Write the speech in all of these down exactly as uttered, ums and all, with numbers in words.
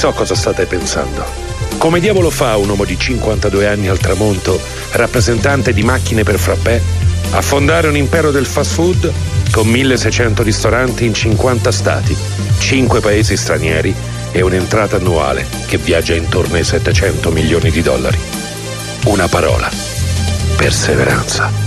So cosa state pensando. Come diavolo fa un uomo di cinquantadue anni al tramonto, rappresentante di macchine per frappè, a fondare un impero del fast food con milleseicento ristoranti in cinquanta stati, cinque paesi stranieri e un'entrata annuale che viaggia intorno ai settecento milioni di dollari? Una parola: perseveranza.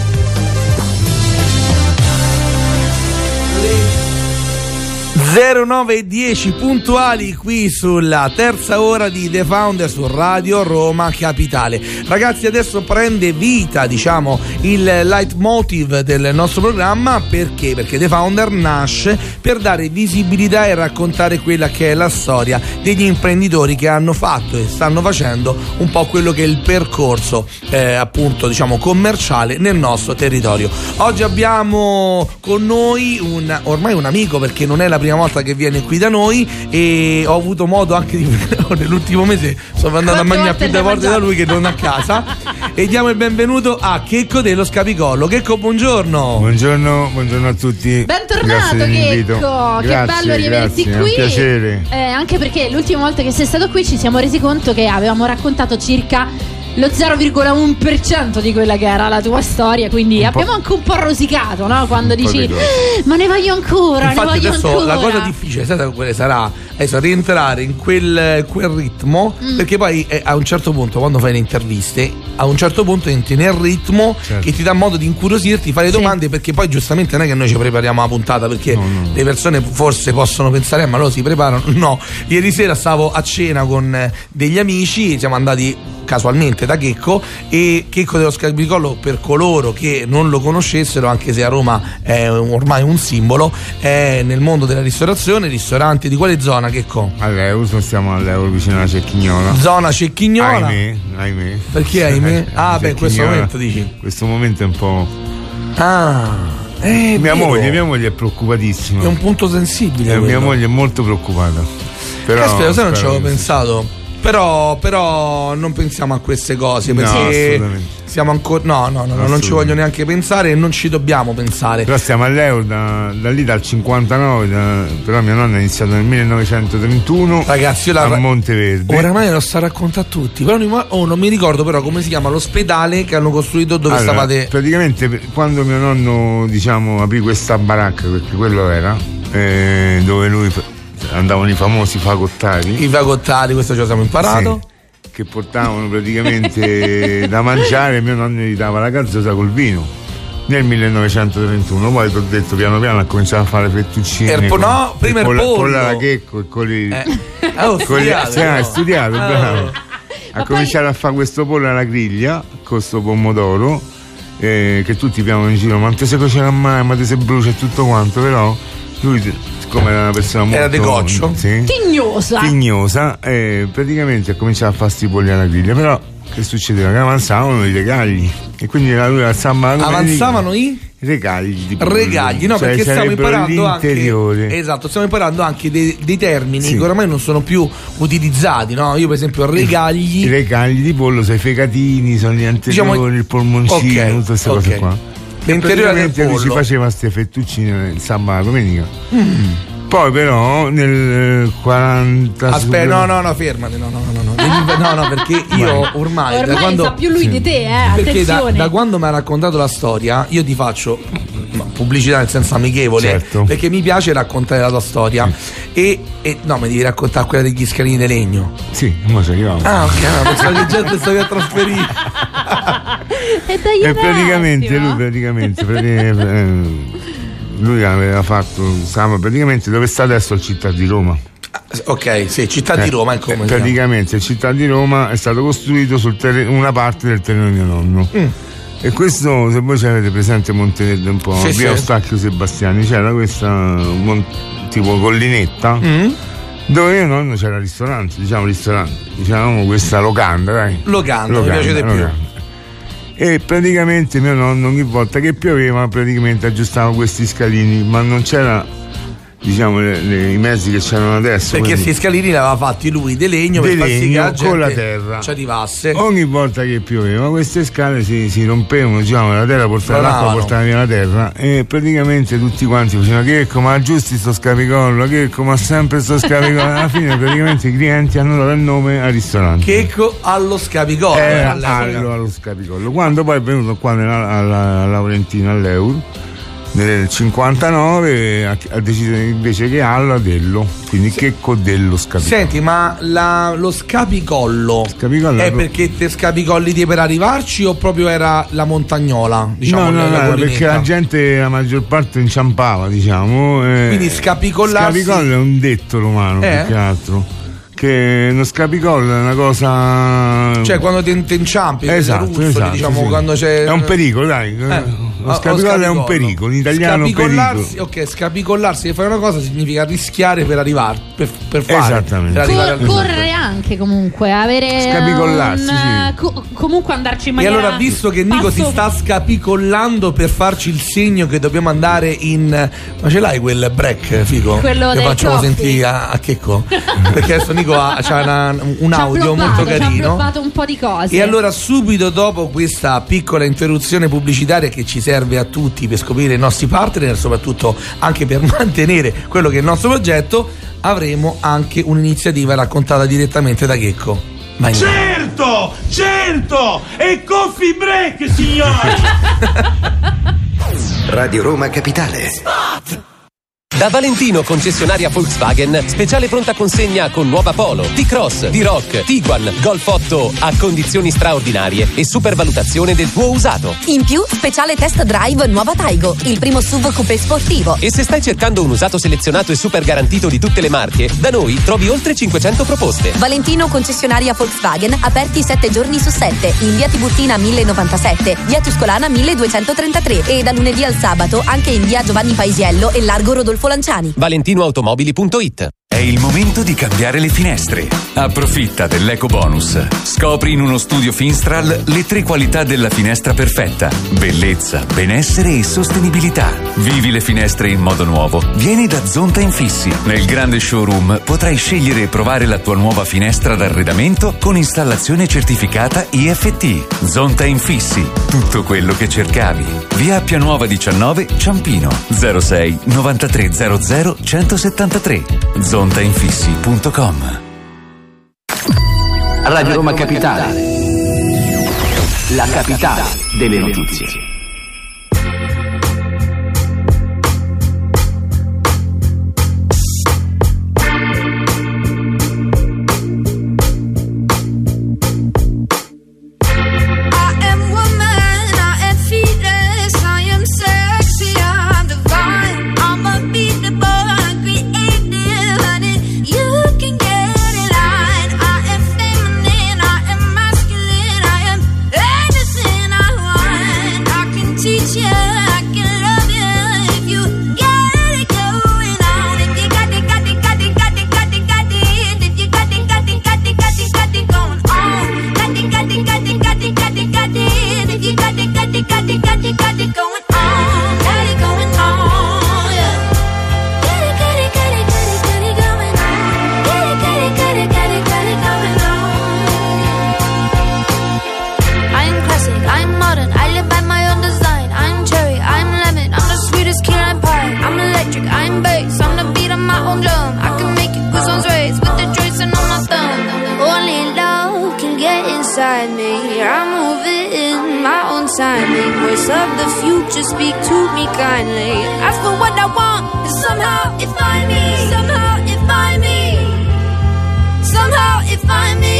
zero nove e dieci puntuali qui sulla terza ora di The Founder su Radio Roma Capitale. Ragazzi, adesso prende vita, diciamo, il leitmotiv del nostro programma. Perché? Perché The Founder nasce per dare visibilità e raccontare quella che è la storia degli imprenditori che hanno fatto e stanno facendo un po' quello che è il percorso eh, appunto, diciamo, commerciale nel nostro territorio. Oggi abbiamo con noi un ormai un amico, perché non è la prima volta che viene qui da noi, e ho avuto modo anche di nell'ultimo mese sono andato a mangiare più volte da lui che non a casa. E diamo il benvenuto a Checco dello Scapicollo. Checco, buongiorno. Buongiorno, buongiorno a tutti. Bentornato Checco, che grazie, bello rivederti grazie, qui. È un piacere. Eh, anche perché l'ultima volta che sei stato qui ci siamo resi conto che avevamo raccontato circa lo zero virgola uno per cento di quella che era la tua storia, quindi un abbiamo anche un po' rosicato, no? Quando dici ma ne voglio ancora, infatti ne voglio adesso ancora. La cosa difficile, sai quale sarà? Adesso rientrare in quel, quel ritmo, mm. perché poi eh, a un certo punto, quando fai le interviste, a un certo punto entri nel ritmo, certo, che ti dà modo di incuriosirti, fare sì. domande, perché poi giustamente non è che noi ci prepariamo la puntata, perché no, no. le persone forse possono pensare eh, ma loro si preparano. No, ieri sera stavo a cena con degli amici, siamo andati casualmente da Checco, e Checco dello Scapicollo, per coloro che non lo conoscessero, anche se a Roma è ormai un simbolo, è nel mondo della ristorazione. Ristoranti di quale zona, Checco? All'Euro, stiamo all'Euro vicino alla Cecchignola. Zona Cecchignola? Ahimè, ahimè. Perché ahimè? Ah, beh, in questo momento dici? In questo momento è un po'... Ah, eh, mia moglie, mia moglie è preoccupatissima. È un punto sensibile. Eh, mia moglie è molto preoccupata. Però, Caspita, sai, non ci avevo pensato. Però, però non pensiamo a queste cose, perché no, siamo ancora no no no, no non ci voglio neanche pensare e non ci dobbiamo pensare. Però stiamo all'Euro da, da lì dal cinquantanove, da, però mia nonna ha iniziato nel millenovecentotrentuno. Ragazzi, io la, a Monteverde. Oramai lo sta a raccontare a tutti, però oh, non mi ricordo però come si chiama l'ospedale che hanno costruito dove allora, stavate. Praticamente quando mio nonno, diciamo, aprì questa baracca, perché quello era eh, dove lui andavano i famosi fagottari. I fagottari, questo ce lo siamo imparato. Sì, che portavano praticamente da mangiare, mio nonno gli dava la gazzosa col vino nel millenovecentotrentuno. Poi ti ho detto, piano piano ha cominciato a fare fettuccine. Er, con, no, prima il pollo. Con la Checco e con i. Eh. Oh, studiato, sì, hai studiato, oh. bravo. Ha Ma cominciato poi... a fare questo pollo alla griglia con sto pomodoro, eh, che tutti piano in giro, ma non ti si cuocerà mai, ma ti si brucia e tutto quanto, però lui, come era una persona molto era de goccio, sì, tignosa tignosa e praticamente ha cominciato a fare sti polli alla griglia. Però che succedeva? Che avanzavano i regali e quindi lui alzava avanzavano i regagli di regagli no, cioè, perché stiamo imparando anche esatto stiamo imparando anche dei, dei termini sì. che oramai non sono più utilizzati, no? Io per esempio regagli i regagli di pollo sono i fegatini, sono gli anteriori, diciamo, il polmoncino, okay, tutte queste okay. cose qua. L'interiore del pollo si faceva queste fettuccine il sabato, domenica. Mm. Poi però nel quaranta aspetta no no no fermati no no no no no, no, no perché io ormai, ormai da quando, sa più lui sì. di te, eh perché attenzione. da, da quando mi ha raccontato la storia io ti faccio pubblicità nel senso amichevole, certo, perché mi piace raccontare la tua storia. Sì. e, e no, mi devi raccontare quella degli scalini di legno. Sì, ora ci arriviamo. Ah, ok, no, pensavo che già ti stavi a trasferire. e, dai e praticamente lui praticamente, praticamente lui aveva fatto, stava praticamente dove sta adesso il Città di Roma. Ok, sì, Città eh, di Roma è come eh, praticamente il Città di Roma è stato costruito su terreno, una parte del terreno di mio nonno. Mm. E questo, se voi ci avete presente Monteverde un po', sì, via sì. Ostacchio Sebastiani, c'era questa mon, tipo collinetta, mm. dove mio nonno c'era il ristorante, diciamo ristorante, diciamo questa locanda, dai. Locanda, locanda mi piace di più. E praticamente mio nonno ogni volta che pioveva praticamente aggiustava questi scalini, ma non c'era diciamo le, le, i mezzi che c'erano adesso, perché quindi, questi scalini li aveva fatti lui di legno di per far sì che la legno con la gente terra ci arrivasse. ogni volta che pioveva queste scale si, si rompevano, diciamo, la terra portava l'acqua, portava via la terra, e praticamente tutti quanti facevano Checco ma aggiusti sto scapicollo, Checco ma sempre sto scapicollo. Alla fine praticamente i clienti hanno dato il nome al ristorante, Checco allo scapicollo, era allo, allo scapicollo. Quando poi è venuto qua nella, alla, alla Laurentina all'Euro nel cinquantanove ha, ha deciso invece che Allo Dello, quindi sì. Checco dello Scapicollo. Senti, ma la, lo scapicollo, scapicollo è perché te scapicolli te per arrivarci o proprio era la montagnola? Diciamo, no, no, la no, perché la gente la maggior parte inciampava, diciamo. Eh, quindi scapicollarsi. Scapicollo è un detto romano, eh? più che altro. Che uno scapicollo è una cosa, cioè quando ti, ti inciampi, esatto, russoli, esatto, diciamo, sì. quando c'è, è un pericolo, dai. Eh. Lo scapicollo è un pericolo, in italiano è un pericolo. Ok, scapicollarsi e fare una cosa significa rischiare per arrivare, per, per fare. Esattamente. Per Cor- correre anche comunque, avere scapicollarsi, un, sì. co- comunque andarci in maniera. E allora, visto che Nico passo... si sta scapicollando per farci il segno che dobbiamo andare in. Ma ce l'hai quel break, figo? Quello che del facciamo coffee. sentire a, a Checco? Perché adesso Nico ha, c'ha una, un ci audio bloccato, molto carino. Ci ha bloccato un po' di cose. E allora, subito dopo questa piccola interruzione pubblicitaria che ci serve a tutti per scoprire i nostri partner, soprattutto anche per mantenere quello che è il nostro progetto, avremo anche un'iniziativa raccontata direttamente da Checco. Vai. Certo, certo, è Coffee Break, signori. Radio Roma Capitale. Spot. Da Valentino, concessionaria Volkswagen, speciale pronta consegna con nuova Polo, T-Cross, T-Roc, Tiguan, Golf otto a condizioni straordinarie e supervalutazione del tuo usato. In più, speciale test drive nuova Taigo, il primo S U V coupé sportivo. E se stai cercando un usato selezionato e super garantito di tutte le marche, da noi trovi oltre cinquecento proposte. Valentino, concessionaria Volkswagen, aperti sette giorni su sette, in via Tiburtina mille novantasette, via Tuscolana milleduecentotrentatré e da lunedì al sabato anche in via Giovanni Paisiello e largo Rodolfo Lanciani. valentinoautomobili punto it. È il momento di cambiare le finestre. Approfitta dell'eco bonus. Scopri in uno studio Finstral le tre qualità della finestra perfetta: bellezza, benessere e sostenibilità. Vivi le finestre in modo nuovo. Vieni da Zonta Infissi. Nel grande showroom potrai scegliere e provare la tua nuova finestra d'arredamento con installazione certificata I F T. Zonta Infissi. Tutto quello che cercavi. Via Appia Nuova diciannove, Ciampino. zero sei novantatré zero zero centosettantatré. zonta infissi punto com. Radio Roma Capitale. La capitale delle notizie. Of the future, speak to me kindly. Ask for what I want, and somehow it find me. Somehow it find me. Somehow it find me.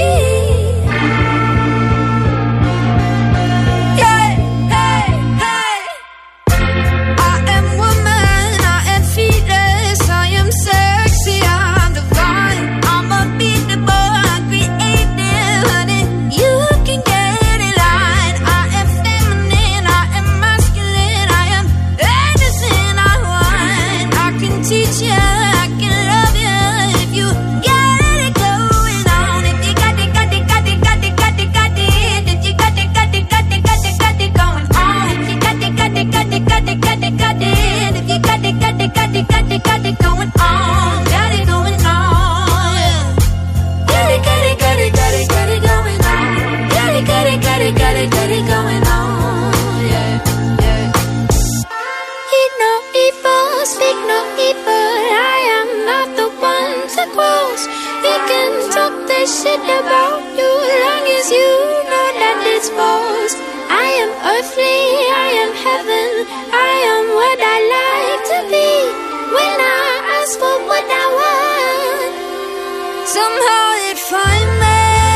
Hey, hey, hey. I am woman, I am fearless, I am sexy, I'm divine. I'm unbeatable, I'm creative, honey. You can get in line. I am feminine, I am masculine, I am anything I want. I can teach you, I can love talk that shit about you, long as you know that it's false. I am earthly, I am heaven, I am what I like to be. When I ask for what I want, somehow it find me.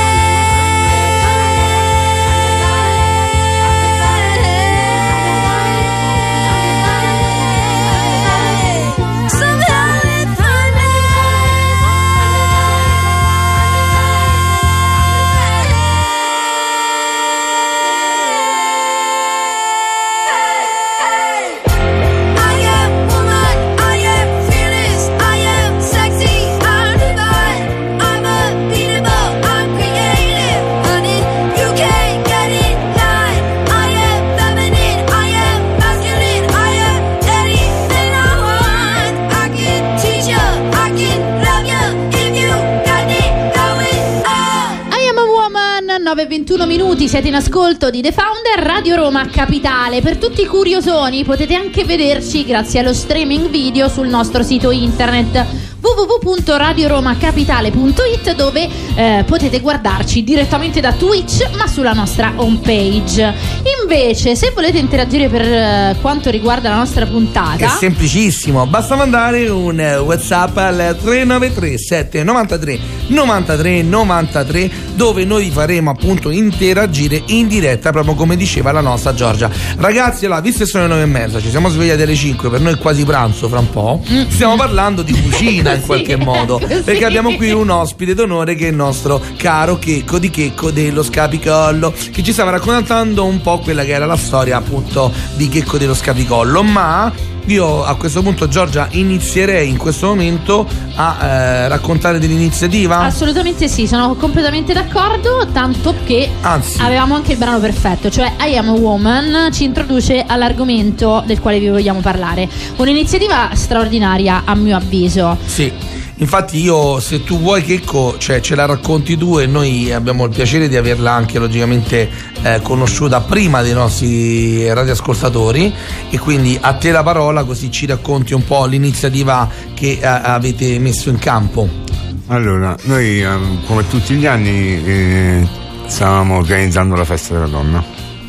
nove e ventuno minuti, siete in ascolto di The Founder, Radio Roma Capitale. Per tutti i curiosoni potete anche vederci grazie allo streaming video sul nostro sito internet w w w punto radio roma capitale punto i t, dove eh, potete guardarci direttamente da Twitch ma sulla nostra homepage. Invece, se volete interagire per eh, quanto riguarda la nostra puntata, è semplicissimo, basta mandare un eh, WhatsApp al tre nove tre sette nove tre nove tre nove tre, dove noi vi faremo appunto interagire in diretta, proprio come diceva la nostra Giorgia. Ragazzi, allora, visto che sono le nove e mezza, ci siamo svegliati alle cinque, per noi è quasi pranzo fra un po', mm. stiamo parlando di cucina in qualche sì, modo, perché sì. abbiamo qui un ospite d'onore che è il nostro caro Checco di Checco dello Scapicollo, che ci stava raccontando un po' quella che era la storia appunto di Checco dello Scapicollo. Ma io a questo punto, Giorgia, inizierei in questo momento a eh, raccontare dell'iniziativa. Assolutamente sì, sono completamente d'accordo, tanto che Anzi. avevamo anche il brano perfetto, cioè I Am a Woman ci introduce all'argomento del quale vi vogliamo parlare. Un'iniziativa straordinaria a mio avviso. Sì. Infatti io, se tu vuoi Checco, cioè ce la racconti tu, e noi abbiamo il piacere di averla anche logicamente eh, conosciuta prima dei nostri radioascoltatori, e quindi a te la parola, così ci racconti un po' l'iniziativa che eh, avete messo in campo. Allora, noi eh, come tutti gli anni eh, stavamo organizzando la festa della donna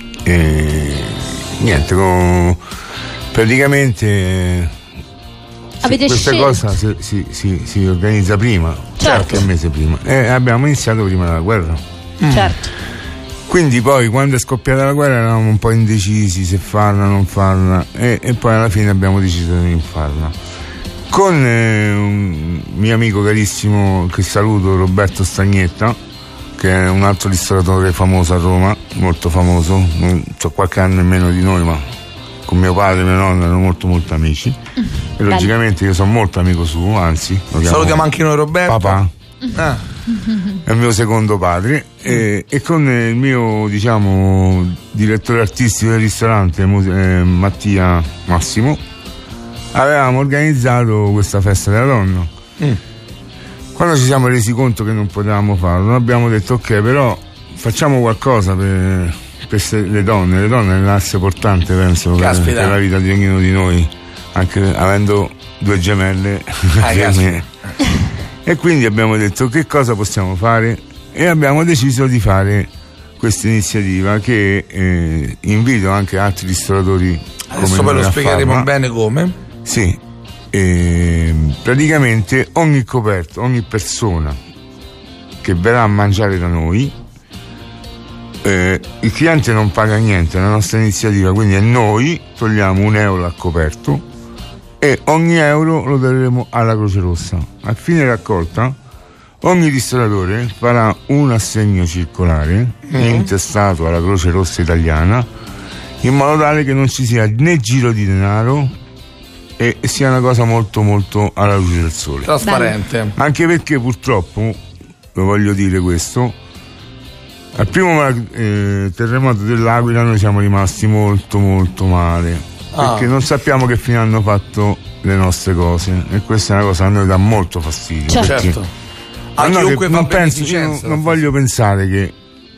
e niente, con, praticamente avete questa scelto. cosa si, si, si, si organizza prima, certo. qualche mese prima, e abbiamo iniziato prima della guerra. Mm. Certo. Quindi poi, quando è scoppiata la guerra, eravamo un po' indecisi se farla o non farla, e, e poi alla fine abbiamo deciso di non farla. Con eh, un mio amico carissimo, che saluto, Roberto Stagnetta, che è un altro ristoratore famoso a Roma, molto famoso, c'ha qualche anno in meno di noi, ma con mio padre e mia nonna erano molto molto amici, e bello. Logicamente io sono molto amico suo, anzi lo chiamo salutiamo anche noi Roberto, papà. Ah. È il mio secondo padre, e, e con il mio, diciamo, direttore artistico del ristorante, eh, Mattia Massimo, avevamo organizzato questa festa della donna. Mm. Quando ci siamo resi conto che non potevamo farlo, abbiamo detto ok, però facciamo qualcosa per, per le donne. Le donne è l'asse portante, penso, per, per la vita di ognuno di noi, anche avendo due gemelle. Ah, e quindi abbiamo detto che cosa possiamo fare, e abbiamo deciso di fare questa iniziativa che eh, invito anche altri ristoratori. Adesso poi lo spiegheremo farla. Bene come. Sì, eh, praticamente ogni coperto, ogni persona che verrà a mangiare da noi, eh, il cliente non paga niente, è la nostra iniziativa, quindi è noi togliamo un euro al coperto e ogni euro lo daremo alla Croce Rossa. A fine raccolta ogni ristoratore farà un assegno circolare mm-hmm. intestato alla Croce Rossa italiana, in modo tale che non ci sia né giro di denaro e sia una cosa molto molto alla luce del sole, trasparente. Bello. Anche perché purtroppo, lo voglio dire questo, al primo eh, terremoto dell'Aquila noi siamo rimasti molto molto male, ah. perché non sappiamo che fine hanno fatto le nostre cose, e questa è una cosa che a noi dà molto fastidio. Certo. Perché, a noi che non, penso, non, non voglio pensare che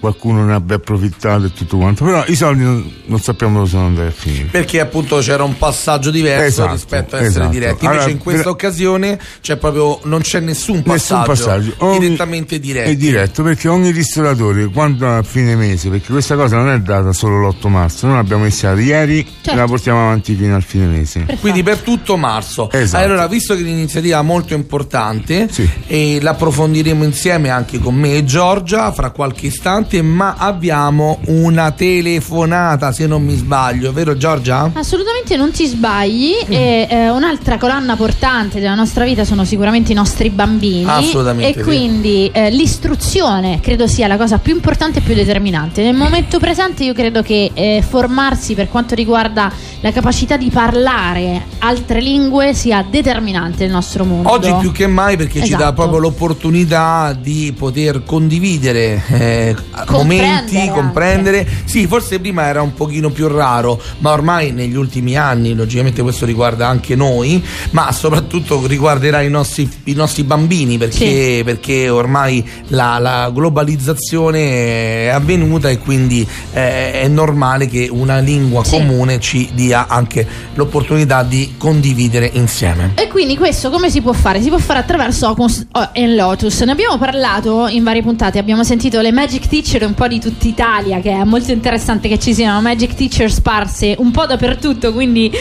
qualcuno ne abbia approfittato e tutto quanto, però i soldi non, non sappiamo dove sono andati a finire, perché appunto c'era un passaggio diverso, esatto, rispetto a essere esatto. diretti. Invece allora, in questa per... occasione c'è proprio non c'è nessun passaggio, nessun passaggio. Ogni... direttamente diretto. È diretto, perché ogni ristoratore quando a fine mese, perché questa cosa non è data solo l'otto marzo, noi abbiamo iniziato ieri, certo, e la portiamo avanti fino al fine mese. Perfetto. Quindi per tutto marzo. Esatto. Allora, visto che è un'iniziativa molto importante, sì, e l'approfondiremo insieme anche con me e Giorgia fra qualche istante, ma abbiamo Abbiamo una telefonata, se non mi sbaglio, vero Giorgia? Assolutamente non ti sbagli. Mm. E eh, un'altra colonna portante della nostra vita sono sicuramente i nostri bambini. Assolutamente. E quindi eh, l'istruzione credo sia la cosa più importante e più determinante. Nel momento presente io credo che eh, formarsi per quanto riguarda la capacità di parlare altre lingue sia determinante nel nostro mondo. Oggi più che mai, perché esatto, ci dà proprio l'opportunità di poter condividere eh, momenti, comprendere. Anche. Sì, forse prima era un pochino più raro, ma ormai negli ultimi anni, logicamente questo riguarda anche noi, ma soprattutto riguarderà i nostri, i nostri bambini, perché, sì, perché ormai la, la globalizzazione è avvenuta e quindi eh, è normale che una lingua, sì, comune ci dia anche l'opportunità di condividere insieme. E quindi questo come si può fare? Si può fare attraverso Ocus e Lotus. Ne abbiamo parlato in varie puntate, abbiamo sentito le Magic Teacher un po' di tutti Italia, che è molto interessante che ci siano Magic Teacher sparse un po' dappertutto, quindi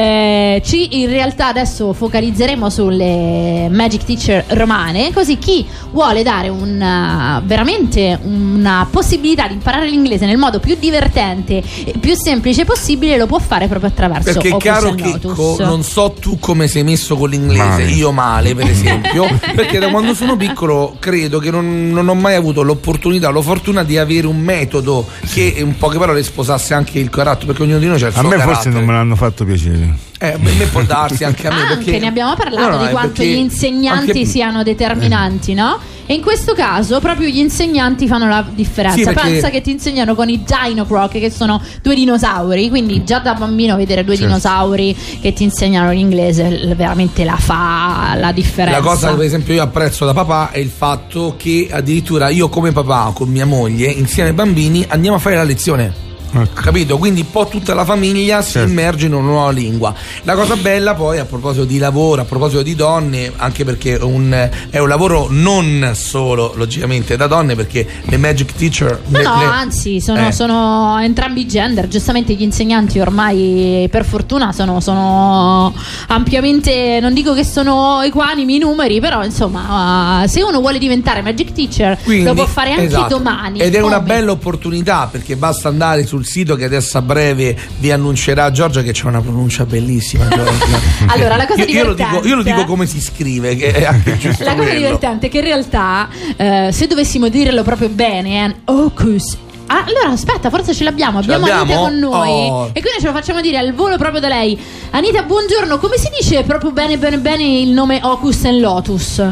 eh, ci in realtà adesso focalizzeremo sulle Magic Teacher romane, così chi vuole dare una, veramente una possibilità di imparare l'inglese nel modo più divertente e più semplice possibile lo può fare proprio attraverso perché Opus caro and Lotus. Chicco, non so tu come sei messo con l'inglese, male. Io male per esempio, perché da quando sono piccolo credo che non, non ho mai avuto l'opportunità, la fortuna di avere un metodo che in poche parole sposasse anche il carattere, perché ognuno di noi c'ha il suo carattere. A me carattere. Forse non me l'hanno fatto piacere. Eh, a me può darsi anche a me, anche perché ne abbiamo parlato no, no, di quanto gli insegnanti anche... siano determinanti, no? E in questo caso proprio gli insegnanti fanno la differenza. Sì, perché... Pensa che ti insegnano con i Dino Croc, che sono due dinosauri, quindi già da bambino vedere due, certo, dinosauri che ti insegnano l'inglese veramente la fa la differenza. La cosa che per esempio io apprezzo da papà è il fatto che addirittura io come papà con mia moglie insieme ai bambini andiamo a fare la lezione. Ecco. Capito? Quindi un po' tutta la famiglia si, certo, immerge in una nuova lingua. La cosa bella poi, a proposito di lavoro, a proposito di donne, anche perché un, è un lavoro non solo logicamente da donne, perché le Magic Teacher no, le, no le, anzi sono, eh. sono entrambi gender. Giustamente gli insegnanti ormai per fortuna sono, sono ampiamente, non dico che sono equanimi i numeri, però insomma se uno vuole diventare Magic Teacher quindi, lo può fare anche, esatto, domani. Ed è come? Una bella opportunità, perché basta andare sul sito che adesso a breve vi annuncerà Giorgia, che c'è una pronuncia bellissima. Allora la cosa io, divertente io lo, dico, io lo dico come si scrive, che è anche giusto. La cosa quello. divertente è che in realtà eh, se dovessimo dirlo proprio bene è Ocus. Ah, allora aspetta, forse ce l'abbiamo, abbiamo, ce Anita l'abbiamo? con noi, oh. e quindi ce lo facciamo dire al volo proprio da lei. Anita, buongiorno, come si dice proprio bene bene bene il nome Ocus and Lotus?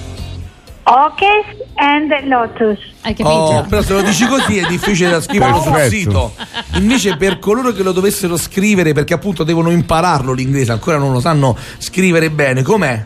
Ocus and Lotus. Hai capito? Oh, però se lo dici così è difficile da scrivere sul Perfetto. sito. Invece per coloro che lo dovessero scrivere, perché appunto devono impararlo l'inglese, ancora non lo sanno scrivere bene, com'è?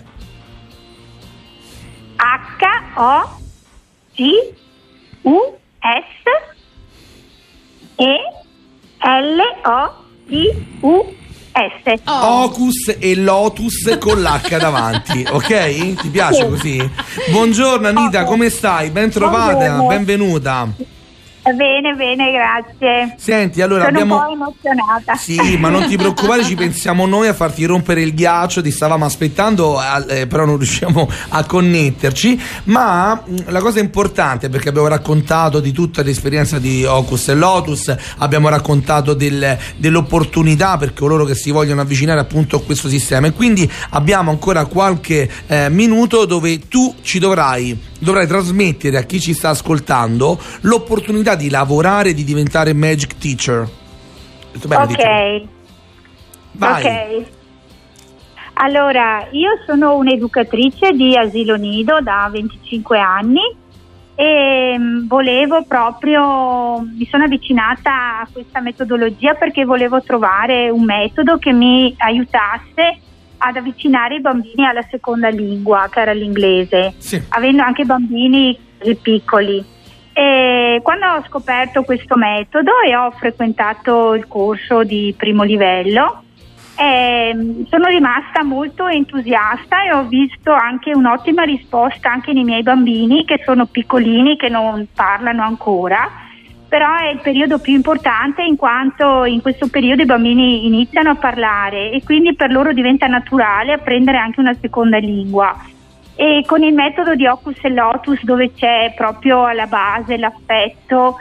H O C U S E L O T U S. Oh. Ocus e Lotus con l'H davanti, ok? Ti piace Sì. così? Buongiorno Anita, Okay. come stai? Ben trovata, Buongiorno. benvenuta. Bene, bene, grazie. Senti, allora Sono abbiamo... un po' emozionata. Sì, ma non ti preoccupare, ci pensiamo noi a farti rompere il ghiaccio, ti stavamo aspettando, eh, però non riusciamo a connetterci. Ma mh, la cosa importante, perché abbiamo raccontato di tutta l'esperienza di Ocus e Lotus, abbiamo raccontato del, dell'opportunità per coloro che si vogliono avvicinare appunto a questo sistema, e quindi abbiamo ancora qualche eh, minuto dove tu ci dovrai dovrai trasmettere a chi ci sta ascoltando l'opportunità di lavorare e di diventare Magic Teacher. Bene, Ok. dico. Vai. Ok. Allora, io sono un'educatrice di asilo nido da venticinque anni e mh, volevo proprio, mi sono avvicinata a questa metodologia perché volevo trovare un metodo che mi aiutasse ad avvicinare i bambini alla seconda lingua, che era l'inglese, Sì. avendo anche bambini così piccoli. E E quando ho scoperto questo metodo e ho frequentato il corso di primo livello, eh, sono rimasta molto entusiasta e ho visto anche un'ottima risposta anche nei miei bambini, che sono piccolini, che non parlano ancora, però è il periodo più importante, in quanto in questo periodo i bambini iniziano a parlare e quindi per loro diventa naturale apprendere anche una seconda lingua. E con il metodo di Hocus e Lotus, dove c'è proprio alla base l'affetto,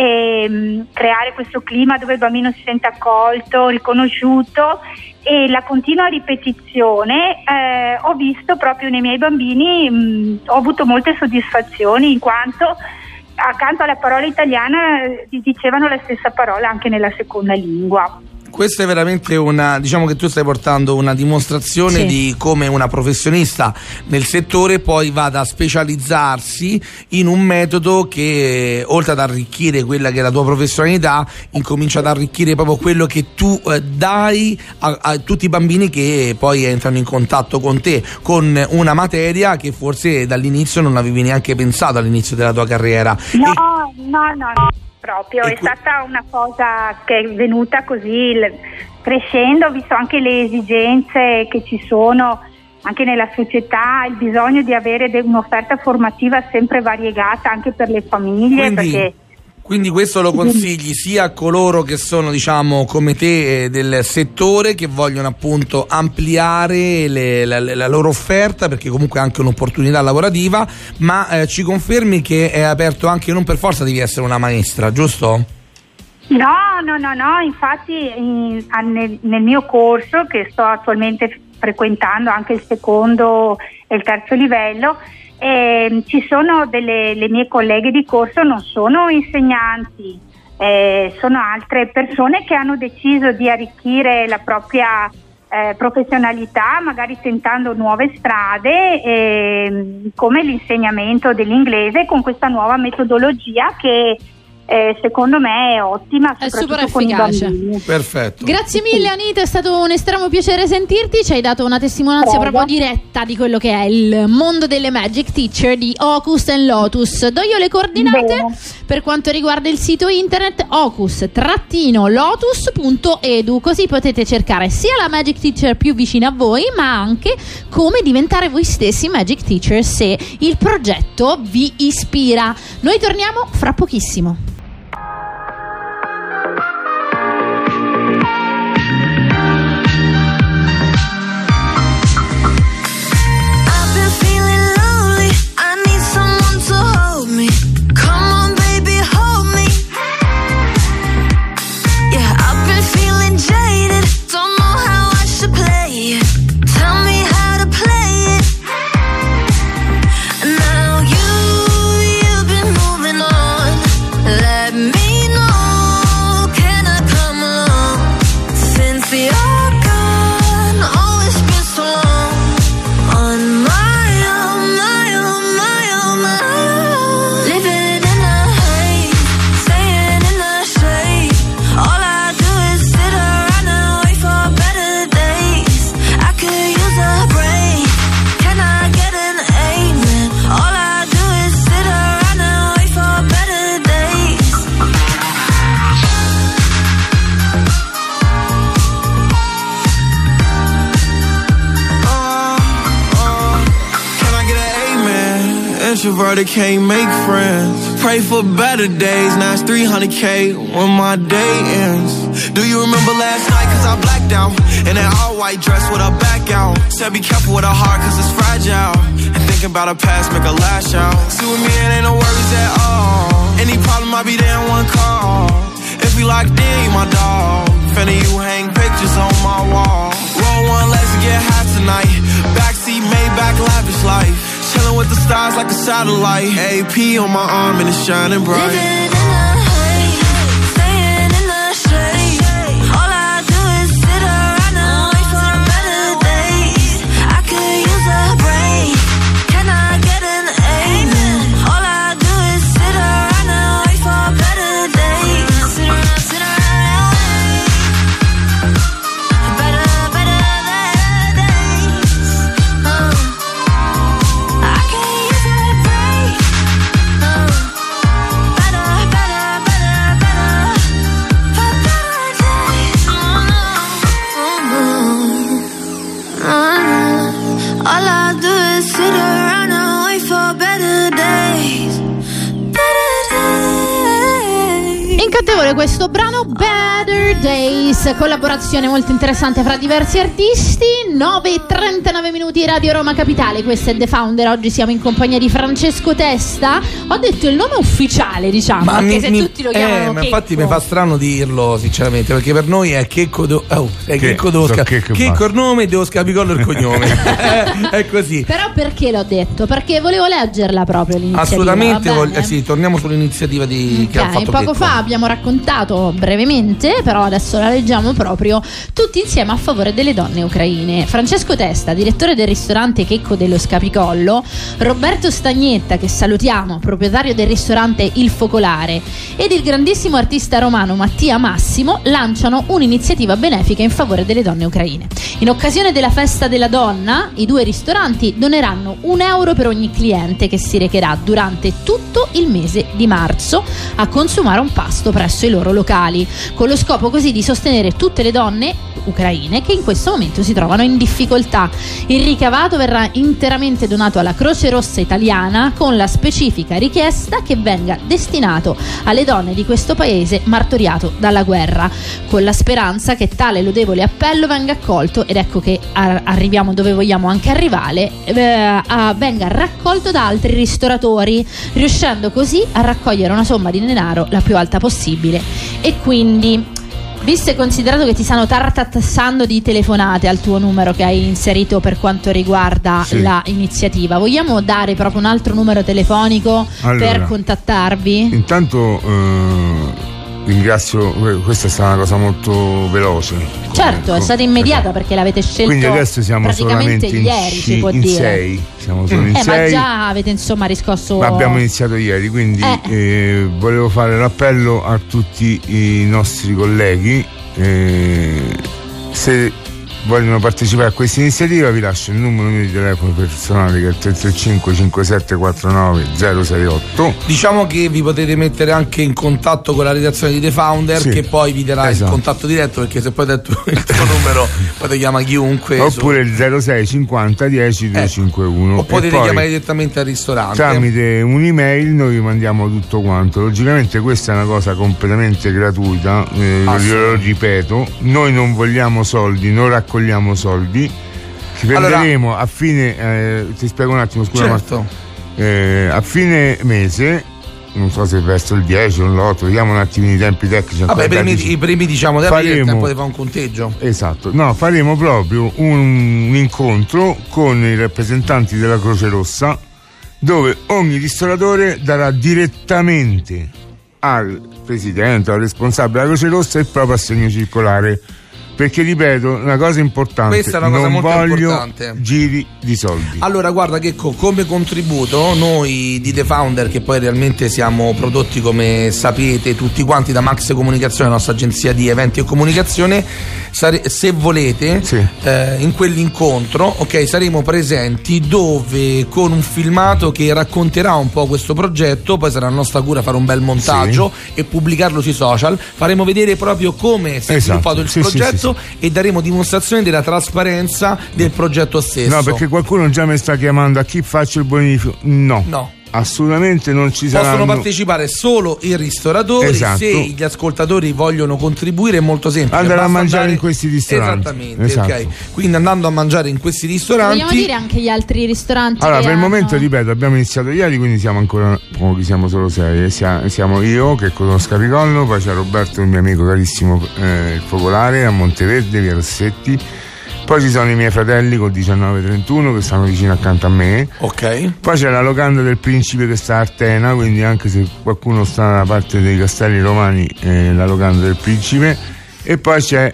e, creare questo clima dove il bambino si sente accolto, riconosciuto, e la continua ripetizione, eh, ho visto proprio nei miei bambini, mh, ho avuto molte soddisfazioni, in quanto accanto alla parola italiana eh, dicevano la stessa parola anche nella seconda lingua. Questa è veramente una, diciamo che tu stai portando una dimostrazione sì. di come una professionista nel settore poi vada a specializzarsi in un metodo che, oltre ad arricchire quella che è la tua professionalità, incomincia ad arricchire proprio quello che tu eh, dai a, a tutti i bambini che poi entrano in contatto con te, con una materia che forse dall'inizio non avevi neanche pensato all'inizio della tua carriera. No, e... no, no, no. Proprio, è stata una cosa che è venuta così crescendo, ho visto anche le esigenze che ci sono anche nella società, il bisogno di avere un'offerta formativa sempre variegata anche per le famiglie. Quindi, perché quindi questo lo consigli sia a coloro che sono, diciamo, come te, del settore, che vogliono appunto ampliare le, la, la loro offerta, perché comunque è anche un'opportunità lavorativa, ma eh, ci confermi che è aperto anche, non per forza devi essere una maestra, giusto? No, no, no, no, infatti in, nel, nel mio corso, che sto attualmente frequentando anche il secondo e il terzo livello, Eh, ci sono delle le mie colleghe di corso, non sono insegnanti, eh, sono altre persone che hanno deciso di arricchire la propria eh, professionalità, magari tentando nuove strade, eh, come l'insegnamento dell'inglese con questa nuova metodologia che Eh, secondo me è ottima, è soprattutto super con efficace. i bambini. Perfetto. Grazie mille Anita, è stato un estremo piacere sentirti, ci hai dato una testimonianza Prego. proprio diretta di quello che è il mondo delle Magic Teacher di Hocus and Lotus. Do io le coordinate. Bene. Per quanto riguarda il sito internet hocus lotus punto edu, così potete cercare sia la Magic Teacher più vicina a voi, ma anche come diventare voi stessi Magic Teacher se il progetto vi ispira. Noi torniamo fra pochissimo. Introverted, can't make friends. Pray for better days. Now it's three hundred K when my day ends. Do you remember last night? Cause I blacked out in that all white dress with her back out. Said be careful with her heart cause it's fragile. And thinking about her past make her lash out. See with me it ain't no worries at all. Any problem I be there in one call. If we locked in, you my dog. Finna you hang pictures on my wall. Roll one, let's get high tonight. Backseat, Maybach, lavish life. Chillin' with the stars like a satellite. A P on my arm and it's shining bright. Living in the haze, staying in the shade. All I do is sit around and wait for better days. I could use a break. Can I get an amen? All I do is sit around and wait for better days. Sit around, sit around and wait. Better, better days. Uh. I can use a break. Uh, better, piacevole questo brano, Better Days, collaborazione molto interessante fra diversi artisti. Nove e trentanove minuti, Radio Roma Capitale, questo è The Founder. Oggi siamo in compagnia di Francesco Testa. Ho detto il nome ufficiale, diciamo, ma anche mi, se mi, tutti lo eh, chiamano ma Checco. infatti mi fa strano dirlo sinceramente, perché per noi è Checco do, oh, è che, Checco Devo so Sca- Checco Checco il nome, Devo Scapicolo il cognome. È così. Però perché l'ho detto? Perché volevo leggerla proprio l'iniziativa. Assolutamente, va vog- bene? eh sì, torniamo sull'iniziativa di, che ha Ok, fatto poco Checco. fa abbiamo raccontato brevemente, però adesso la leggiamo proprio tutti insieme a favore delle donne ucraine. Francesco Testa, direttore del ristorante Checco dello Scapicollo, Roberto Stagnetta, che salutiamo, proprietario del ristorante Il Focolare, ed il grandissimo artista romano Mattia Massimo lanciano un'iniziativa benefica in favore delle donne ucraine. In occasione della festa della donna, i due ristoranti doneranno un euro per ogni cliente che si recherà durante tutto il mese di marzo a consumare un pasto presso i loro locali, con lo scopo così di sostenere tutte le donne ucraine che in questo momento si trovano in difficoltà. Il ricavato verrà interamente donato alla Croce Rossa Italiana, con la specifica richiesta che venga destinato alle donne di questo paese martoriato dalla guerra, con la speranza che tale lodevole appello venga accolto, ed ecco che a- arriviamo dove vogliamo anche arrivare, eh, a- venga raccolto da altri ristoratori, riuscendo così a raccogliere una somma di denaro la più alta possibile. E quindi, visto e considerato che ti stanno tartassando di telefonate al tuo numero che hai inserito per quanto riguarda Sì. la iniziativa, vogliamo dare proprio un altro numero telefonico Allora, per contattarvi? Intanto eh, ringrazio, questa è stata una cosa molto veloce. Certo, è Ecco, stata immediata esatto. perché l'avete scelto Quindi adesso siamo praticamente solamente in, ieri, si ci- può in dire. sei, siamo solo in Eh, ma sei. già avete insomma riscosso. Ma abbiamo iniziato ieri, quindi Eh. eh, volevo fare l'appello a tutti i nostri colleghi. eh, se vogliono partecipare a questa iniziativa vi lascio il numero mio di telefono personale, che è il tre tre cinque cinque sette quattro nove zero sei otto. Diciamo che vi potete mettere anche in contatto con la redazione di The Founder, Sì, che poi vi darà esatto. il contatto diretto, perché se poi detto il tuo numero poi ti chiama chiunque. Oppure il zero sei cinquanta dieci duecentocinquantuno. O potete E poi, chiamare direttamente al ristorante. tramite un'email noi vi mandiamo tutto quanto. Logicamente questa è una cosa completamente gratuita, eh, io lo ripeto, noi non vogliamo soldi, non raccogliamo soldi, ci prenderemo Allora, a fine eh, ti spiego un attimo, scusa, certo. ma, eh, a fine mese, non so se verso il dieci o l'otto, vediamo un attimo i tempi tecnici. Vabbè, i ancora da primi, decidere. i primi diciamo di aprire il Faremo- tempo di fare un conteggio. Esatto, no, faremo proprio un, un incontro con i rappresentanti della Croce Rossa, dove ogni ristoratore darà direttamente al presidente, al responsabile della Croce Rossa, il proprio assegno circolare. Perché ripeto, una cosa importante, Questa è una cosa non molto voglio importante. giri di soldi. Allora, guarda che co- come contributo noi di The Founder, che poi realmente siamo prodotti, come sapete tutti quanti, da Max Comunicazione, la nostra agenzia di eventi e comunicazione, sare- se volete, eh, in quell'incontro, ok, saremo presenti, dove con un filmato che racconterà un po' questo progetto, poi sarà nostra cura fare un bel montaggio e pubblicarlo sui social. Faremo vedere proprio come si è Esatto. sviluppato il Sì, sì, progetto, sì, sì. e daremo dimostrazione della trasparenza del progetto stesso. No, perché qualcuno già mi sta chiamando: a chi faccio il bonifico? No. No. Assolutamente non ci saranno. Possono partecipare solo i ristoratori. Esatto. Se gli ascoltatori vogliono contribuire è molto semplice, Andare a basta mangiare andare- in questi ristoranti. Esattamente, Esatto. ok. Quindi andando a mangiare in questi ristoranti. Vogliamo dire anche gli altri ristoranti? Allora, che per il hanno- momento, ripeto, abbiamo iniziato ieri, quindi siamo ancora pochi, siamo solo sei. Sia- Siamo io che conosco Scapicollo, poi c'è Roberto, il mio amico carissimo, eh, il Focolare a Monteverde, via Rossetti. Poi ci sono i miei fratelli col diciannove trentuno che stanno vicino accanto a me. Ok. Poi c'è la locanda del Principe che sta a Artena, quindi anche se qualcuno sta dalla parte dei Castelli Romani, eh, la locanda del Principe. E poi c'è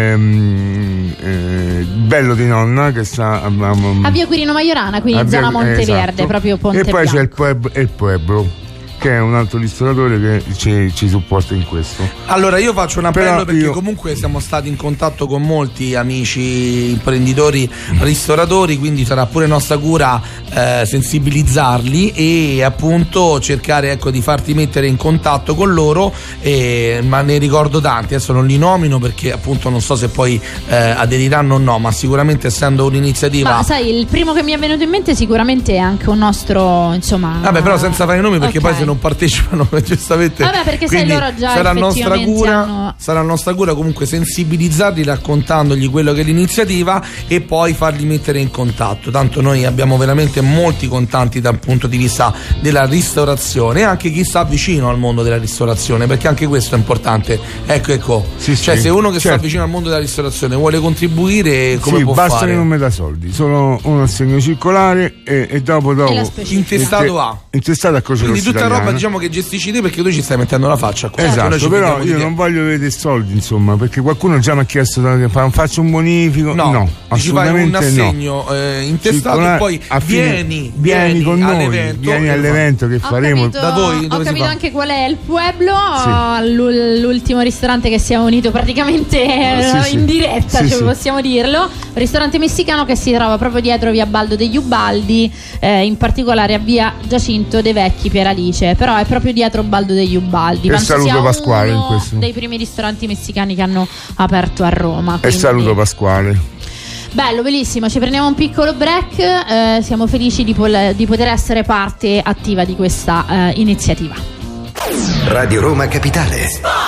ehm, eh, Bello di Nonna che sta a, a, A via Quirino Maiorana, quindi a in via- zona Monteverde, esatto. proprio Ponte E poi Bianco. c'è il Pueblo, il Pueblo, che è un altro ristoratore che ci, ci supporta in questo. Allora io faccio un appello, Però perché io- comunque siamo stati in contatto con molti amici imprenditori, ristoratori, quindi sarà pure nostra cura eh, sensibilizzarli e appunto cercare, ecco, di farti mettere in contatto con loro, eh, ma ne ricordo tanti, adesso non li nomino perché appunto non so se poi eh, aderiranno o no, ma sicuramente essendo un'iniziativa. Ma sai, il primo che mi è venuto in mente sicuramente è anche un nostro, insomma. Vabbè, però senza fare i nomi, perché Ok. poi se non non partecipano giustamente. Vabbè, perché sai, quindi loro già sarà nostra cura, hanno... sarà nostra cura comunque sensibilizzarli raccontandogli quello che è l'iniziativa e poi farli mettere in contatto. Tanto noi abbiamo veramente molti contanti dal punto di vista della ristorazione e anche chi sta vicino al mondo della ristorazione, perché anche questo è importante. Ecco, ecco. Sì, cioè, sì, se uno che certo. sta vicino al mondo della ristorazione vuole contribuire, come sì, può basta fare? che non mi dà soldi, solo un assegno circolare e, e dopo dopo intestato a intestato a Croce quindi Rossa tutta Italiana. roba, diciamo, che gestisci te, perché tu ci stai mettendo la faccia qua. Esatto, noi ci però vediamo io di- non voglio vedere soldi, insomma, perché qualcuno già mi ha chiesto da- fa- faccio un bonifico. No, No, ci fai un assolutamente assegno no. eh, intestato Circolare e poi a fine- vieni, vieni con noi, all'evento, vieni e- all'evento che Ho faremo capito, da voi, ho dove si capito fa? anche qual è il Pueblo, l'ul- l'ultimo ristorante che siamo unito praticamente Sì, eh, sì. in diretta, Sì, cioè, sì. possiamo dirlo. Un ristorante messicano che si trova proprio dietro via Baldo degli Ubaldi, eh, in particolare a via Giacinto dei Vecchi Pieralice, però è proprio dietro Baldo degli Ubaldi. E Penso saluto sia Pasquale in uno questo. dei primi ristoranti messicani che hanno aperto a Roma. E quindi- saluto Pasquale. Bello, bellissimo, ci prendiamo un piccolo break, eh, siamo felici di, pol- di poter essere parte attiva di questa eh, iniziativa. Radio Roma Capitale.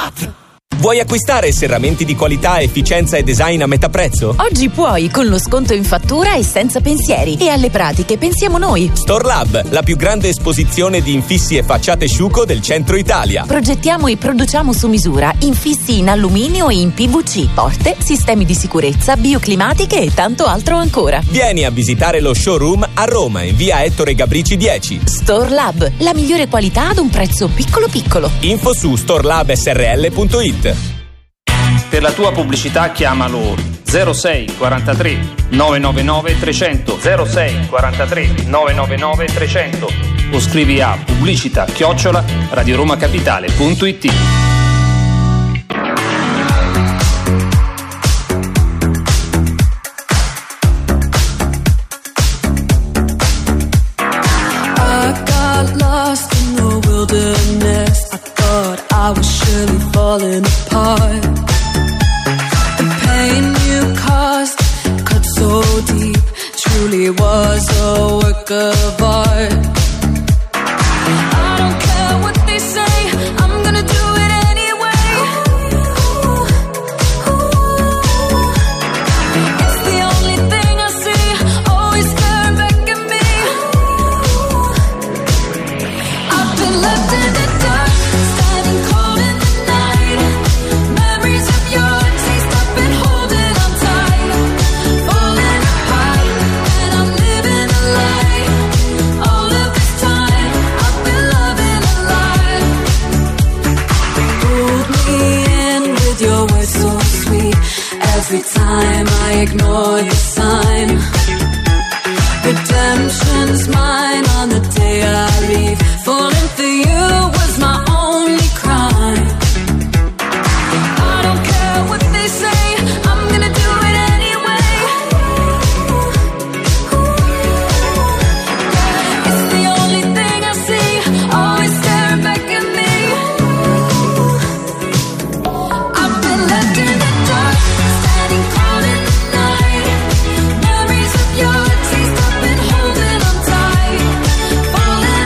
Vuoi acquistare serramenti di qualità, efficienza e design a metà prezzo? Oggi puoi, con lo sconto in fattura e senza pensieri. E alle pratiche pensiamo noi. Storelab, la più grande esposizione di infissi e facciate sciuco del centro Italia. Progettiamo e produciamo su misura infissi in alluminio e in P V C, porte, sistemi di sicurezza, bioclimatiche e tanto altro ancora. Vieni a visitare lo showroom a Roma in via Ettore Gabrici dieci. Storelab, la migliore qualità ad un prezzo piccolo piccolo. Info su storelab s r l punto i t. Per la tua pubblicità chiamalo zero sei quarantatré novecentonovantanove trecento zero sei quarantatré novecentonovantanove trecento o scrivi a pubblicità chiocciola radioromacapitale punto it. I got lost in the wilderness. I thought I was surely falling apart. The pain you caused cut so deep, truly was a work of art. I don't care what they say, I'm gonna do it anyway. It's the only thing I see, always staring back at me. I've been left in the dark, standing cold in the night. Memories of your taste, I've been holding on tight. Falling apart, and I'm living a lie. All of this time, I've been loving a lie. Pulled me in with your words so sweet. Every time I ignore the sign. Redemption's mine on the day I leave. Falling for you was my only crime. I don't care what they say, I'm gonna do it anyway. It's the only thing I see, always staring back at me. I've been left in the dark, standing cold in the night. Memories of your taste, I've been holding on tight. Falling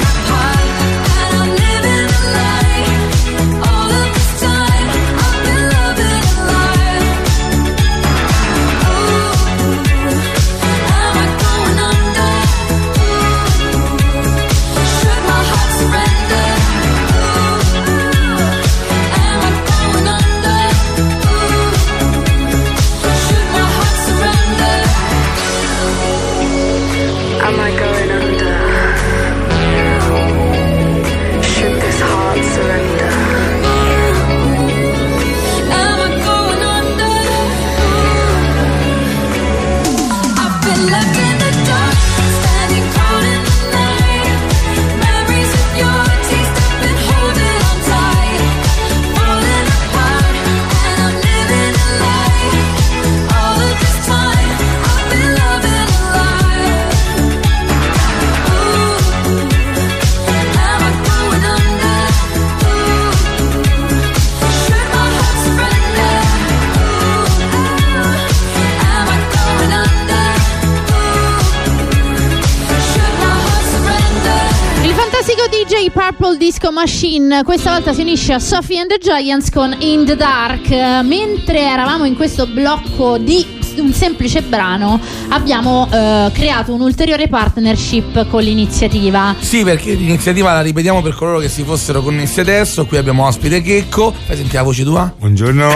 J Purple Disco Machine, questa volta si unisce a Sophie and the Giants con In the Dark. Mentre eravamo in questo blocco di un semplice brano, abbiamo eh, creato un'ulteriore partnership con l'iniziativa. Sì, perché l'iniziativa la ripetiamo per coloro che si fossero connessi adesso. Qui abbiamo ospite Checco. Fai sentire la voce tua? Buongiorno.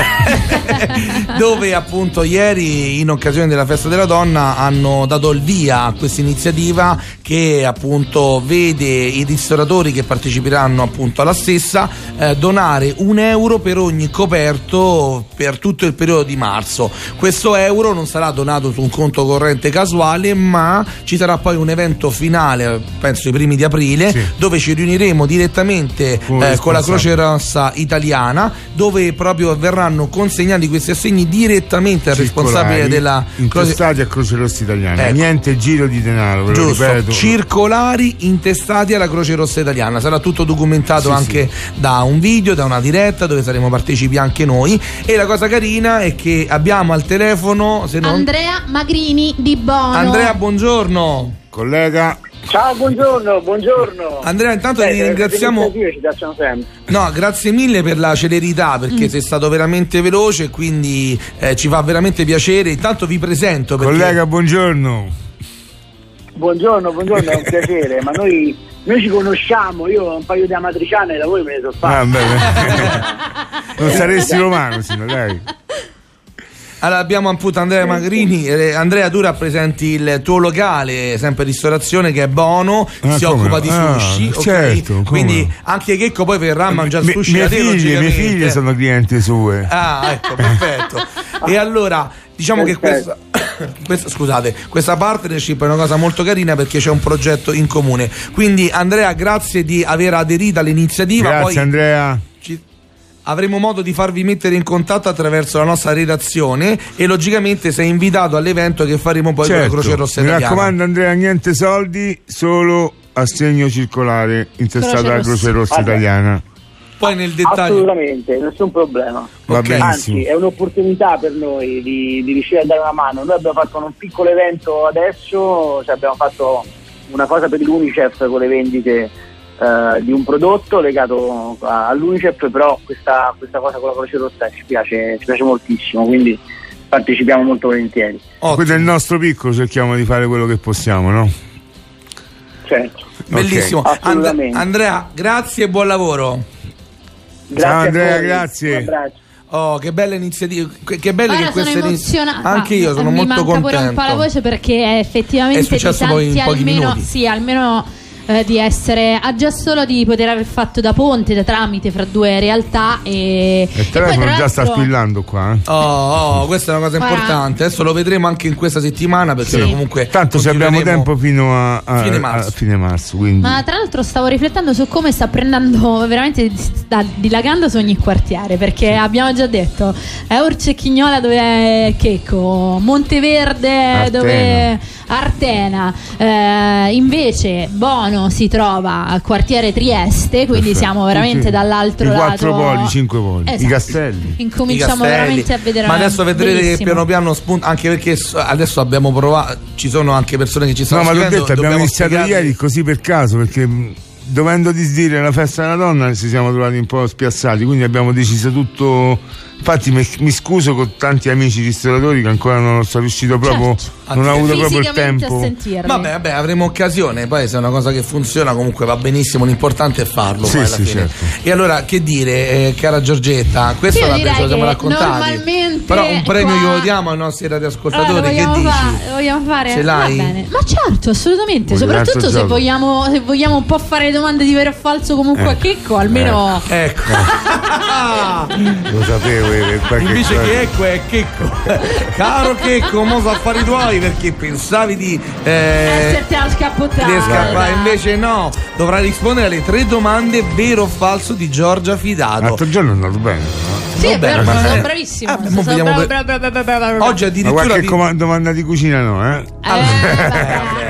Dove appunto ieri, in occasione della festa della donna, hanno dato il via a questa iniziativa che appunto vede i ristoratori che parteciperanno appunto alla stessa eh, donare un euro per ogni coperto per tutto il periodo di marzo. Questo euro non sarà donato su un conto corrente casuale, ma ci sarà poi un evento finale, penso i primi di aprile, sì, dove ci riuniremo direttamente eh, con la Croce Rossa italiana, dove proprio verranno consegnati questi assegni direttamente al responsabile della intestati a Croce Rossa italiana. Ecco. Niente giro di denaro, ve lo Giusto, ripeto. circolari intestati alla Croce Rossa italiana. Sarà tutto documentato, sì, anche sì, da un video, da una diretta dove saremo partecipi anche noi. E la cosa carina è che abbiamo al telefono se non... Andrea Magrini di Bono. Andrea, buongiorno. Collega. Ciao, buongiorno, buongiorno. Andrea, intanto Beh, ti ringraziamo. Ci piacciono sempre. No, grazie mille per la celerità, perché mm. sei stato veramente veloce, quindi eh, ci fa veramente piacere. Intanto vi presento perché... Collega, buongiorno. Buongiorno, buongiorno, è un piacere, ma noi, noi ci conosciamo, io ho un paio di amatriciane da voi me ne sono fatte. Ah, beh, non saresti romano, sino, dai. Allora abbiamo appunto Andrea Magrini. eh, Andrea, tu rappresenti il tuo locale, sempre ristorazione, che è Bono, ah, si come? occupa di ah, sushi, okay? Certo, quindi anche Checco poi verrà a mangiare mi, sushi mie da te, figlie, mie figlie sono clienti sue. Ah, ecco, perfetto. E allora diciamo che questa, questa scusate, questa partnership è una cosa molto carina perché c'è un progetto in comune. Quindi Andrea, grazie di aver aderito all'iniziativa. Grazie poi Andrea. Ci... avremo modo di farvi mettere in contatto attraverso la nostra redazione e logicamente sei invitato all'evento che faremo poi, certo, con la Croce Rossa italiana. Mi raccomando Andrea, niente soldi, solo assegno circolare intestato alla Croce Rossa Vabbè. italiana. Poi nel dettaglio... Assolutamente, nessun problema. Va okay. benissimo. Anzi, è un'opportunità per noi di, di riuscire a dare una mano. Noi abbiamo fatto un piccolo evento adesso, cioè abbiamo fatto una cosa per l'Unicef con le vendite Uh, di un prodotto legato a, all'Unicef, però questa, questa cosa con la Croce Rossa ci piace, ci piace moltissimo, quindi partecipiamo molto volentieri. Oh, quindi nel nostro piccolo cerchiamo di fare quello che possiamo, no? Certo. Bellissimo. Okay. Assolutamente. And- Andrea, grazie e buon lavoro. Grazie. Ciao Andrea, voi. grazie. Un abbraccio. Oh, che bella iniziativa, che bello Ora che queste sono emozionata. Anche io sono mi molto manca contento. pure un po' la voce perché effettivamente è successo ti poi in senti pochi almeno, minuti. sì, almeno eh, di essere ah, già solo di poter aver fatto da ponte, da tramite fra due realtà e, Il e telefono poi, già sta l'altro... squillando qua, eh. Oh, oh, questa è una cosa Guarda. importante. Adesso lo vedremo anche in questa settimana perché Sì. noi comunque tanto se abbiamo tempo fino a, a, fine a, marzo. a fine marzo, quindi. Ma tra l'altro stavo riflettendo su come sta prendendo veramente, sta dilagando su ogni quartiere, perché sì. abbiamo già detto è Orcecchignola dove è Checco, Monteverde Artena. dove Artena, eh, invece Bono si trova al quartiere Trieste, quindi Perfetto. siamo veramente Sì. dall'altro I lato. quattro poli, cinque poli, Esatto. i castelli. Incominciamo I castelli. veramente a vedere. Ma adesso vedrete bellissimo. che piano piano spunta, anche perché adesso abbiamo provato, ci sono anche persone che ci stanno No, ma l'ho scrivendo, detto, abbiamo iniziato spiegarvi. ieri così per caso, perché mh, dovendo disdire la festa della donna ci siamo trovati un po' spiazzati, quindi abbiamo deciso tutto. Infatti mi, mi scuso con tanti amici ristoratori che ancora non sono riuscito proprio, certo. non ho avuto proprio il Fisicamente tempo. a sentirli. Vabbè, vabbè, avremo occasione, poi se è una cosa che funziona comunque va benissimo, l'importante è farlo. Sì, poi alla sì, fine. certo. E allora che dire, eh, cara Giorgetta, questo Io la direi ce lo siamo che raccontati. normalmente Però un premio qua- glielo diamo ai nostri radioascoltatori, Allora, lo che vogliamo dici? fa- lo vogliamo fare? Ce l'hai? Va bene. Ma certo, assolutamente. Vuoi Soprattutto l'altro se gioco? vogliamo, se vogliamo un po' fare domande di vero o falso comunque Eh. a Checco, almeno. Ecco. Lo sapevo, eh, qualche Invece cosa. che ecco è Checco. Caro Checco, mo so affari tuoi perché pensavi di eh, Esserti a scappottare. di scappare, invece no, dovrai rispondere alle tre domande vero o falso di Giorgia Fidato. L'altro giorno è andato bene, no? Sì, è vero, ma- sono bravissimo. Ah, mo sono vediamo bravo, per- bravo, bravo, bravo, bravo, bravo. Oggi Ma addirittura qualche vi- coma- domanda di cucina no, eh? Eh, vabbè.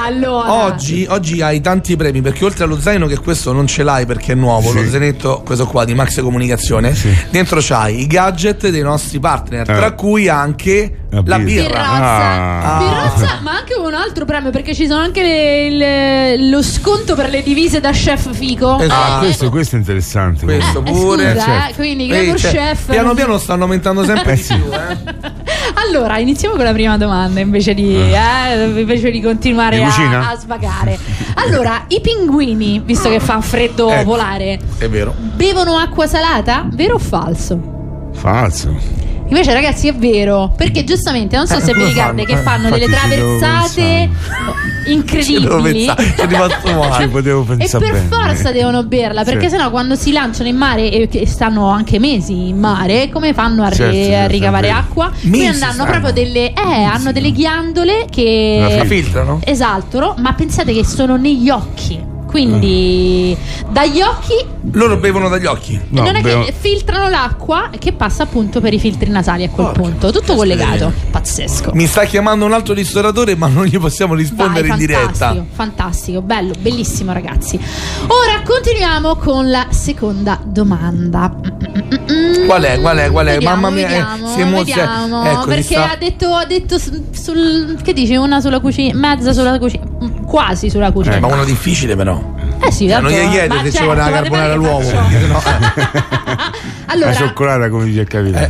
allora. Oggi, oggi hai tanti premi, perché oltre allo zaino, che questo non ce l'hai perché è nuovo, Sì. lo zainetto, questo qua di Max Comunicazione, Sì. dentro c'hai i gadget dei nostri partner, Eh. tra cui anche La la birra. birra. Birrazza, Ah. Birrazza, ma anche un altro premio, perché ci sono anche le- le- lo sconto per le divise da chef Fico. Esatto. Ah, questo, questo è interessante. Questo Eh, pure. scusa, certo. eh, quindi Ehi, Gregor cioè, Chef. piano piano stanno aumentando sempre Eh di sì. più, eh. Allora, iniziamo con la prima domanda invece di, eh, invece di continuare Di a, cucina? a svagare. Allora, i pinguini, visto che fa freddo Ecco. polare, È vero. bevono acqua salata? Vero o falso? Falso. Invece, ragazzi, è vero, perché giustamente non so Eh, se vi come ricordate fanno? che fanno Infatti delle ci devo traversate Ci devo incredibili. pensare, ci è rimasto Ci male. potevo E pensare per bene. forza devono berla, perché Sì. sennò quando si lanciano in mare e che stanno anche mesi in mare, come fanno a, ri- Certo, certo, a ricavare è vero. acqua? Mesi Quindi hanno stanno. proprio delle eh, hanno delle ghiandole che La La filtrano? esatto, ma pensate che sono negli occhi. Quindi dagli occhi Loro bevono dagli occhi. No, non è bevo- che filtrano l'acqua che passa appunto per i filtri nasali a quel Porca, punto. Tutto caspita collegato. di- Pazzesco. Mi sta chiamando un altro ristoratore, ma non gli possiamo rispondere Vai, in fantastico, diretta. fantastico, bello, bellissimo ragazzi. Ora continuiamo con la seconda domanda. Qual è? Qual è? Qual è? Vediamo, Mamma mia, eh, vediamo, si emozia- vediamo, ecco, si perché sta- ha detto, ha detto sul, sul- che dici? Una sulla cucina, mezza sulla cucina, quasi sulla cucina. Eh, ma uno difficile però. Eh sì, Cioè, non tanto- gli chiede ma se ci certo, vuole la ma carbonara te all'uovo, faccio. perché sennò, eh. Allora, La cioccolata, come dice il capitano.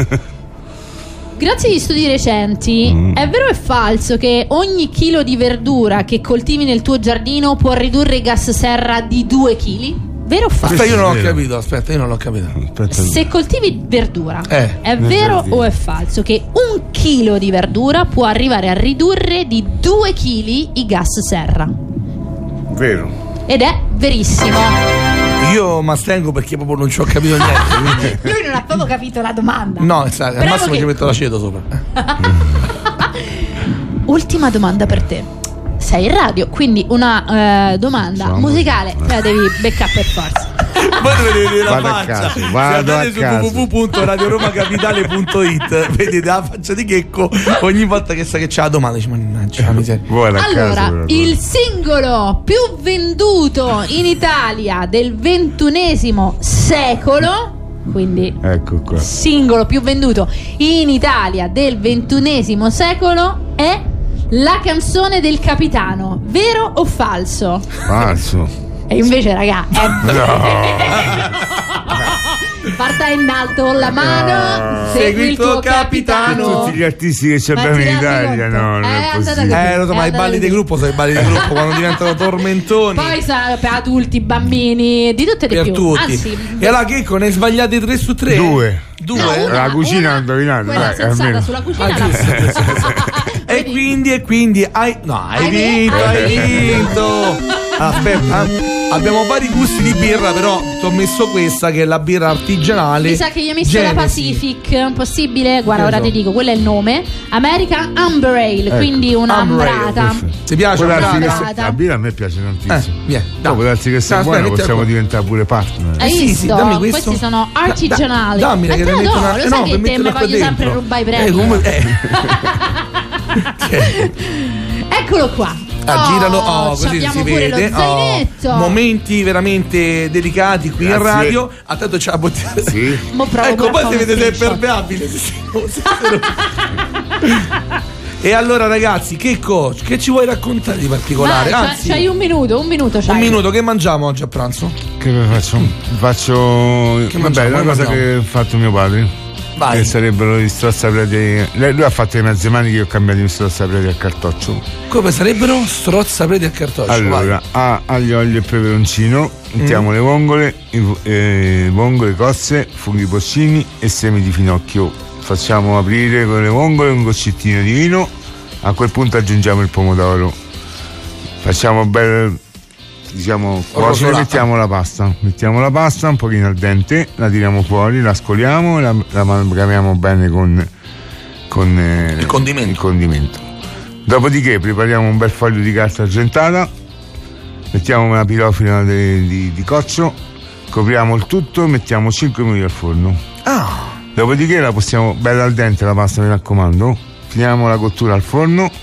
grazie agli studi recenti, Mm. è vero o è falso che ogni chilo di verdura che coltivi nel tuo giardino può ridurre i gas serra di due chili? Vero o falso? Aspetta, io non Questo ho è vero. capito, aspetta, io non l'ho capito. Aspetta. Se coltivi verdura, Eh, è nel vero giardino. o è falso che un chilo di verdura può arrivare a ridurre di due chili i gas serra? Vero. Ed è verissimo. Io mi astengo perché proprio non ci ho capito niente. quindi- Lui non ha proprio capito la domanda. No, esatto, al Bravo massimo che- ci metto l'aceto sopra. Ultima domanda per te. Sei in radio, quindi una eh, domanda Siamo- musicale la devi beccare per forza. Voi dovete vedere la Vado a faccia. caso, Se vado andate a su caso. w w w punto radio roma capitale punto i t vedete la faccia di Checco ogni volta che sa che c'è la domanda. Dice, mannaggia la miseria. Guarda a Allora, caso, però. il singolo più venduto in Italia del ventunesimo secolo, quindi Ecco qua. singolo più venduto in Italia del ventunesimo secolo è la canzone del capitano. Vero o falso? Falso. E invece, raga, è parta in alto la mano, segui il tuo capitano. Tutti gli artisti che ci Ma abbiamo ti in rendi Italia, conto? no, non Eh, è andate possibile. a Eh, lo so, ma Eh, i balli dai. di gruppo sono i balli di gruppo quando diventano tormentoni. Poi sa- per adulti, bambini, di tutte e di Per più. tutti. Anzi, E allora Checco, ne sbagliate tre su tre? Due. Due? No, una- La cucina ha indovinato, quella dai, sensata almeno. sulla cucina Ah, la- giusto, giusto, giusto. E quindi, e quindi hai. No, hai, Hai vinto, vinto, hai hai vinto. Aspetta, eh. Abbiamo vari gusti di birra, però ti ho messo questa che è la birra artigianale. Mi sa che gli hai messo la Genesi. Pacific, possibile? Guarda, Che ora so. ti dico, quello è il nome. American Amber Ale, Ecco, quindi una Amber Ale, ambrata. perfetto. Ti piace Può darsi ambrata? che Ambrata. se- la birra a me piace tantissimo. Eh, vieni, dai. No, può darsi che se Dai, è buona aspetta, possiamo metti a- diventare pure partner. Hai Eh sì, visto? sì, dammi questo. Questi sono artigianali. Da- dammine Ma che te ne lo metto do, una- lo eh, sai no, che per te mi metterla qua voglio sempre dentro. rubare i Eh, premi. come- eh. Eccolo qua. Ah, Oh, girano, oh, così abbiamo si pure vede. lo zainetto. Oh, momenti veramente delicati qui in Grazie. radio. Attento, c'è la bottiglia. Sì. Mo provo Ecco, pure a poi fare si un vede se è screenshot. permeabile. se- se- se- E allora, ragazzi, Checco, che ci vuoi raccontare di particolare? Vai, c'hai- Anzi, c'hai un minuto, un minuto c'hai. un minuto, che mangiamo oggi a pranzo? Che faccio? Faccio Che vabbè, mangiamo? una Che cosa mangiamo? che ha fatto mio padre. Vai. Che sarebbero gli strozzapreti. Lei- Lui ha fatto le mezze mani che io ho cambiato gli strozzapreti al cartoccio. Come sarebbero? Strozzapreti al cartoccio. Allora, a aglio, olio e peperoncino, mettiamo Mm. le vongole, i, eh, vongole cozze, funghi porcini e semi di finocchio. Facciamo aprire con le vongole un goccettino di vino, a quel punto aggiungiamo il pomodoro. Facciamo bel, diciamo, cuocere, Rosolata. mettiamo la pasta. Mettiamo la pasta un pochino al dente, la tiriamo fuori, la scoliamo, la, la amalgamiamo bene con, con eh, Il condimento. il condimento. Dopodiché prepariamo un bel foglio di carta argentata, mettiamo una pirofila di, di, di coccio, copriamo il tutto e mettiamo cinque minuti al forno. Ah, Dopodiché la possiamo, bella al dente la pasta, mi raccomando, finiamo la cottura al forno,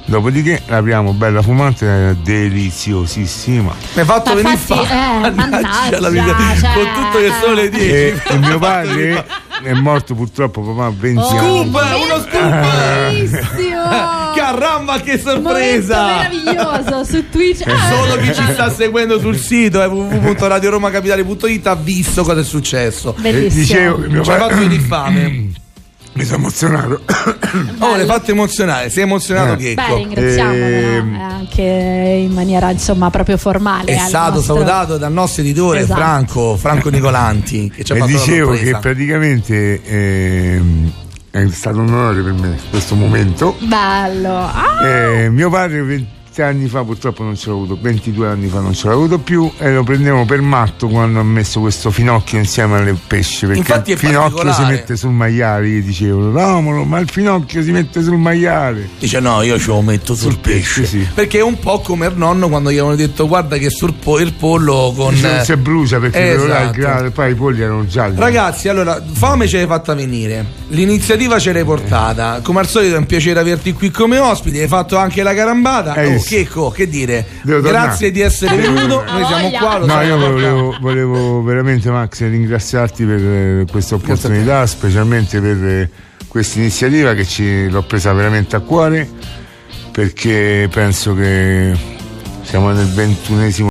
Dopodiché l'apriamo bella fumante, deliziosissima. Mi hai fatto venire Infatti, fame. eh, mannaggia, la vita, cioè, con tutto che sono le dieci. E, e mio padre è morto purtroppo papà a venti Oh, anni. Scoop, uno scoop! bellissimo! Caramba, che Momento sorpresa! meraviglioso su Twitch. Ah, Solo chi ci sta seguendo sul sito eh, w w w punto radio roma capitale punto it ha visto cosa è successo. Bellissimo. Dicevo che mio Ci hai padre fatto venire fame. mi sono emozionato. Oh, l'hai fatto emozionare, sei emozionato, Eh. Checco. Beh, ringraziamolo Ehm. no? anche in maniera insomma proprio formale. È al stato nostro- salutato dal nostro editore Esatto. Franco, Franco Nicolanti, che ci ha E fatto dicevo la che sorpresa. praticamente ehm, è stato un onore per me questo momento. Bello. Ah, Eh, mio padre venti anni fa purtroppo non ce l'ho avuto, ventidue anni fa non ce l'ho avuto più e lo prendevo per matto quando ha messo questo finocchio insieme alle pesce, perché Infatti è il finocchio si particolare. mette sul maiale, gli dicevo Romolo ma il finocchio si mette sul maiale. Dice no, io ce lo metto sul, pesce. sì. Perché è un po' come il nonno quando gli avevano detto guarda che sul po- il pollo con... Dice, non si brucia perché quello là, il Esatto. gra- poi i polli erano gialli. Ragazzi, allora, fame ce l'hai fatta venire, l'iniziativa ce l'hai portata, come al solito è un piacere averti qui come ospite, hai fatto anche la carambata. Hai Oh, visto? Checco, che dire? Devo Grazie tornare. di essere Devo venuto, tornare. noi siamo qua. Lo No, sai, io lo volevo, volevo veramente Max ringraziarti per eh, questa opportunità, specialmente per eh, questa iniziativa che ci, l'ho presa veramente a cuore, perché penso che siamo nel ventunesimo